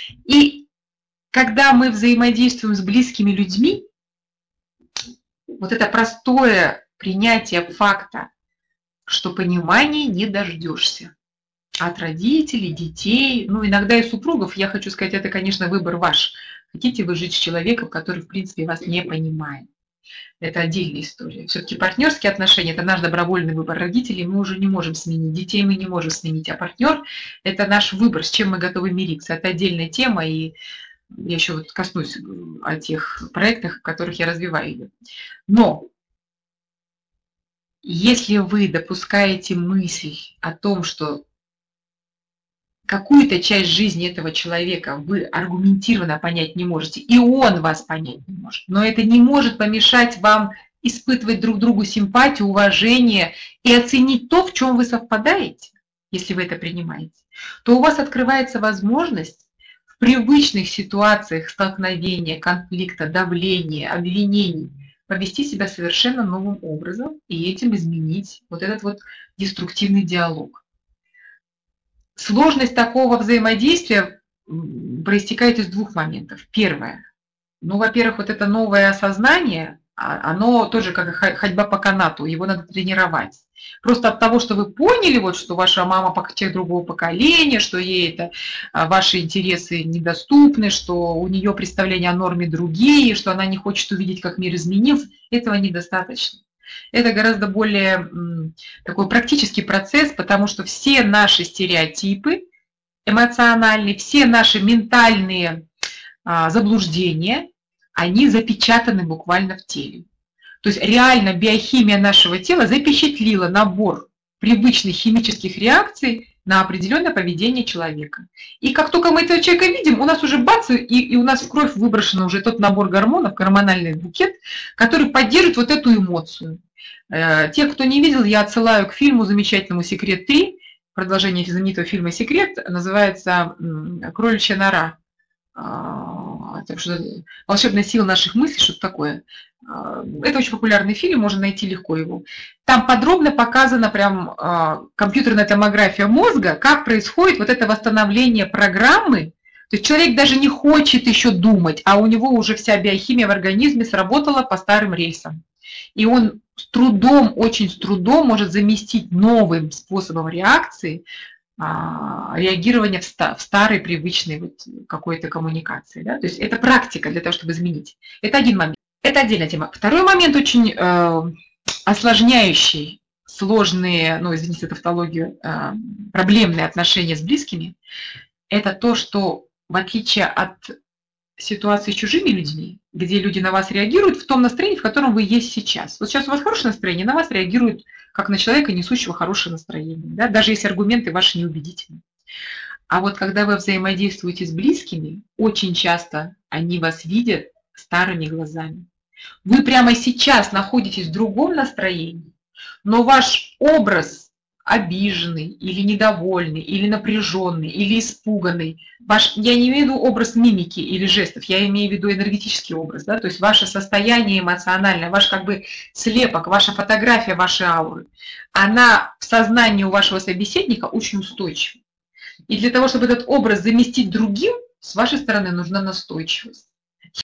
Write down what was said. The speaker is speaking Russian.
И когда мы взаимодействуем с близкими людьми, вот это простое принятие факта, что понимания не дождешься от родителей, детей, ну, иногда и супругов, я хочу сказать, это, конечно, выбор ваш. Хотите вы жить с человеком, который, в принципе, вас не понимает. Это отдельная история. Все-таки партнерские отношения – это наш добровольный выбор. Родителей мы уже не можем сменить, детей мы не можем сменить, а партнер – это наш выбор, с чем мы готовы мириться. Это отдельная тема, и я еще вот коснусь о тех проектах, в которых я развиваю ее. Но если вы допускаете мысль о том, что какую-то часть жизни этого человека вы аргументированно понять не можете, и он вас понять не может, но это не может помешать вам испытывать друг другу симпатию, уважение и оценить то, в чем вы совпадаете, если вы это принимаете, то у вас открывается возможность в привычных ситуациях столкновения, конфликта, давления, обвинений повести себя совершенно новым образом и этим изменить вот этот вот деструктивный диалог. Сложность такого взаимодействия проистекает из двух моментов. Первое. Ну, во-первых, вот это новое осознание, оно тоже как ходьба по канату, его надо тренировать. Просто от того, что вы поняли, вот, что ваша мама человек другого поколения, что ей это ваши интересы недоступны, что у нее представления о норме другие, что она не хочет увидеть, как мир изменился, этого недостаточно. Это гораздо более такой практический процесс, потому что все наши стереотипы эмоциональные, все наши ментальные заблуждения, они запечатаны буквально в теле. То есть реально биохимия нашего тела запечатлила набор привычных химических реакций на определенное поведение человека. И как только мы этого человека видим, у нас уже бац, и у нас в кровь выброшен уже тот набор гормонов, гормональный букет, который поддержит вот эту эмоцию. Тех, кто не видел, я отсылаю к фильму замечательному «Секрет 3». Продолжение знаменитого фильма «Секрет» называется «Кроличья нора». Волшебная сила наших мыслей, что-то такое. Это очень популярный фильм, можно найти легко его. Там подробно показана прям компьютерная томография мозга, как происходит вот это восстановление программы. То есть человек даже не хочет еще думать, а у него уже вся биохимия в организме сработала по старым рельсам. И он с трудом, очень с трудом может заместить новым способом реакции реагирования в старой привычной вот какой-то коммуникации. Да? То есть это практика для того, чтобы изменить. Это один момент. Это отдельная тема. Второй момент очень осложняющий сложные, ну, извините за тавтологию, проблемные отношения с близкими, это то, что в отличие от ситуации с чужими людьми, где люди на вас реагируют в том настроении, в котором вы есть сейчас. Вот сейчас у вас хорошее настроение, на вас реагируют как на человека, несущего хорошее настроение, да? Даже если аргументы ваши неубедительны. А вот когда вы взаимодействуете с близкими, очень часто они вас видят старыми глазами. Вы прямо сейчас находитесь в другом настроении, но ваш образ обиженный или недовольный, или напряженный, или испуганный. Я не имею в виду образ мимики или жестов, я имею в виду энергетический образ, да? То есть ваше состояние эмоциональное, ваш как бы слепок, ваша фотография, ваши ауры, она в сознании у вашего собеседника очень устойчива. И для того, чтобы этот образ заместить другим, с вашей стороны нужна настойчивость.